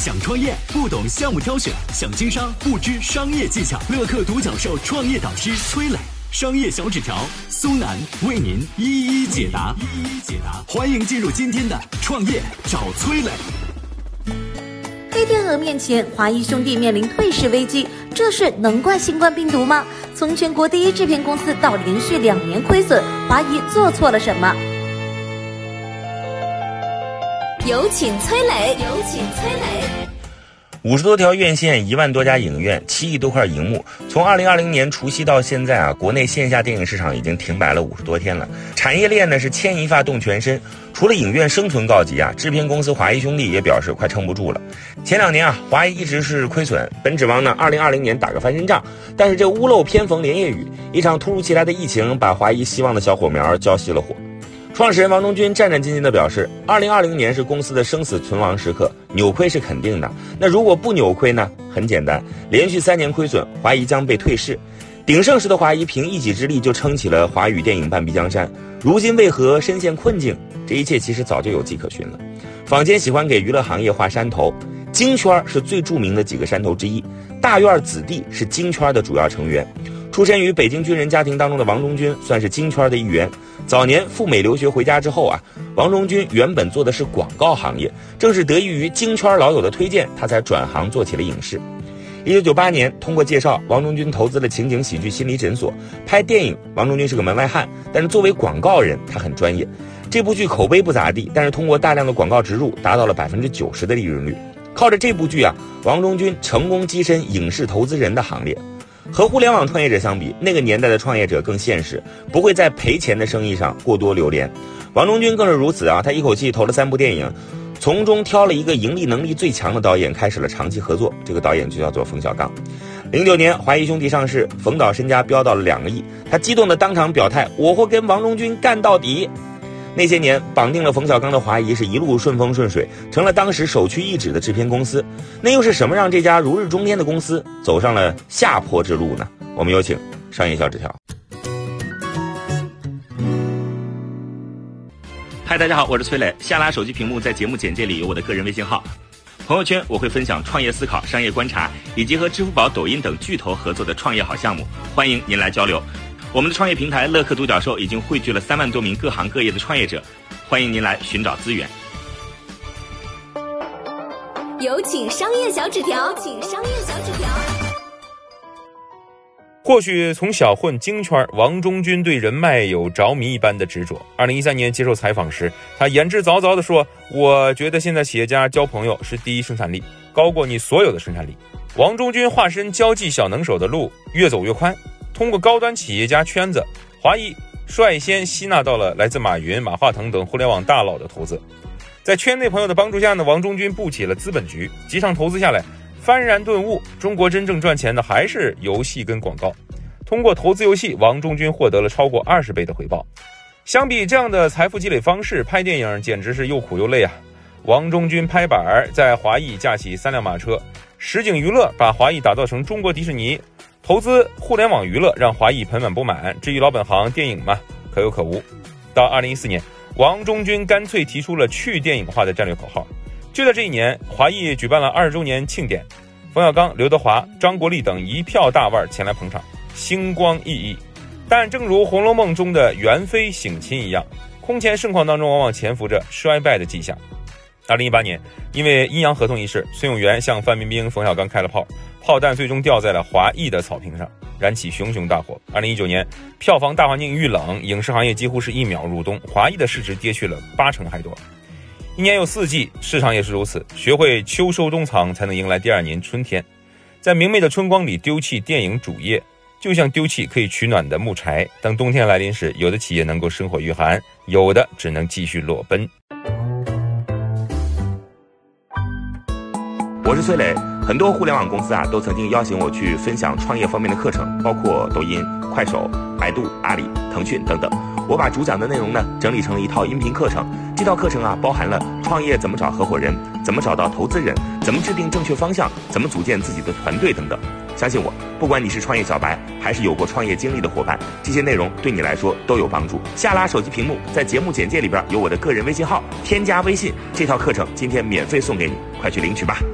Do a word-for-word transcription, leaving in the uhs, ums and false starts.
想创业不懂项目挑选，想经商不知商业技巧。乐客独角兽创业导师崔磊，商业小纸条苏南为您一一解答。一一解答，欢迎进入今天的创业找崔磊。 黑天鹅面前，华谊兄弟面临退市危机，这是能怪新冠病毒吗？从全国第一制片公司到连续两年亏损，华谊做错了什么？有请崔磊，有请崔磊。 五十多条院线，一万多家影院，七亿多块荧幕。从二零二零年除夕到现在啊，国内线下电影市场已经停摆了五十多天了。产业链呢是牵一发动全身，除了影院生存告急啊，制片公司华谊兄弟也表示快撑不住了。前两年啊，华谊一直是亏损，本指望呢二零二零年打个翻身仗，但是这屋漏偏逢连夜雨，一场突如其来的疫情把华谊希望的小火苗浇熄了火。创始人王中军战战兢兢地表示，二零二零年是公司的生死存亡时刻，扭亏是肯定的。那如果不扭亏呢？很简单，连续三年亏损，华谊将被退市。鼎盛时的华谊凭一己之力就撑起了华语电影半壁江山，如今为何深陷困境？这一切其实早就有迹可循了。坊间喜欢给娱乐行业画山头，京圈是最著名的几个山头之一，大院子弟是京圈的主要成员。出身于北京军人家庭当中的王中军算是京圈的一员。早年赴美留学回家之后啊，王中军原本做的是广告行业，正是得益于京圈老友的推荐，他才转行做起了影视。一九九八年，通过介绍，王中军投资了情景喜剧心理诊所。拍电影，王中军是个门外汉，但是作为广告人，他很专业。这部剧口碑不咋地，但是通过大量的广告植入，达到了百分之九十的利润率。靠着这部剧啊，王中军成功跻身影视投资人的行列。和互联网创业者相比，那个年代的创业者更现实，不会在赔钱的生意上过多流连。王中军更是如此啊，他一口气投了三部电影，从中挑了一个盈利能力最强的导演，开始了长期合作。这个导演就叫做冯小刚。零九年，华谊兄弟上市，冯导身家飙到了两个亿，他激动的当场表态：“我会跟王中军干到底。”那些年绑定了冯小刚的华谊是一路顺风顺水，成了当时首屈一指的制片公司。那又是什么让这家如日中天的公司走上了下坡之路呢？我们有请商业小纸条。 嗨，大家好，我是崔磊。下拉手机屏幕，在节目简介里有我的个人微信号。朋友圈我会分享创业思考、商业观察，以及和支付宝、抖音等巨头合作的创业好项目，欢迎您来交流。我们的创业平台乐客独角兽已经汇聚了三万多名各行各业的创业者，欢迎您来寻找资源。 有请商业小纸条，请商业小纸条。 或许从小混京圈，王中军对人脉有着迷一般的执着。二零一三年接受采访时，他言之凿凿地说：“我觉得现在企业家交朋友是第一生产力，高过你所有的生产力。”王中军化身交际小能手的路越走越宽。通过高端企业家圈子，华谊率先吸纳到了来自马云、马化腾等互联网大佬的投资。在圈内朋友的帮助下呢，王中军布起了资本局，几场投资下来，幡然顿悟，中国真正赚钱的还是游戏跟广告。通过投资游戏，王中军获得了超过二十倍的回报。相比这样的财富积累方式，拍电影简直是又苦又累啊！王中军拍板在华谊架起三辆马车，实景娱乐把华谊打造成中国迪士尼。投资互联网娱乐让华谊盆满钵满，至于老本行电影嘛，可有可无。到二零一四年，王中军干脆提出了去电影化的战略口号。就在这一年，华谊举办了二十周年庆典，冯小刚、刘德华、张国立等一票大腕前来捧场，星光熠熠。但正如《红楼梦》中的元妃省亲一样，空前盛况当中往往潜伏着衰败的迹象。二零一八年，因为阴阳合同一事，孙永元向范冰冰、冯小刚开了炮，炮弹最终掉在了华谊的草坪上，燃起熊熊大火。二零一九年，票房大环境遇冷，影视行业几乎是一秒入冬，华谊的市值跌去了八成还多。一年有四季，市场也是如此，学会秋收冬藏，才能迎来第二年春天。在明媚的春光里丢弃电影主业，就像丢弃可以取暖的木柴。当冬天来临时，有的企业能够生火御寒，有的只能继续裸奔。 我是崔磊，很多互联网公司啊都曾经邀请我去分享创业方面的课程，包括抖音、快手、百度、阿里、腾讯等等。我把主讲的内容呢整理成了一套音频课程，这套课程啊包含了创业怎么找合伙人，怎么找到投资人，怎么制定正确方向，怎么组建自己的团队等等。相信我，不管你是创业小白还是有过创业经历的伙伴，这些内容对你来说都有帮助。下拉手机屏幕，在节目简介里边有我的个人微信号，添加微信，这套课程今天免费送给你，快去领取吧。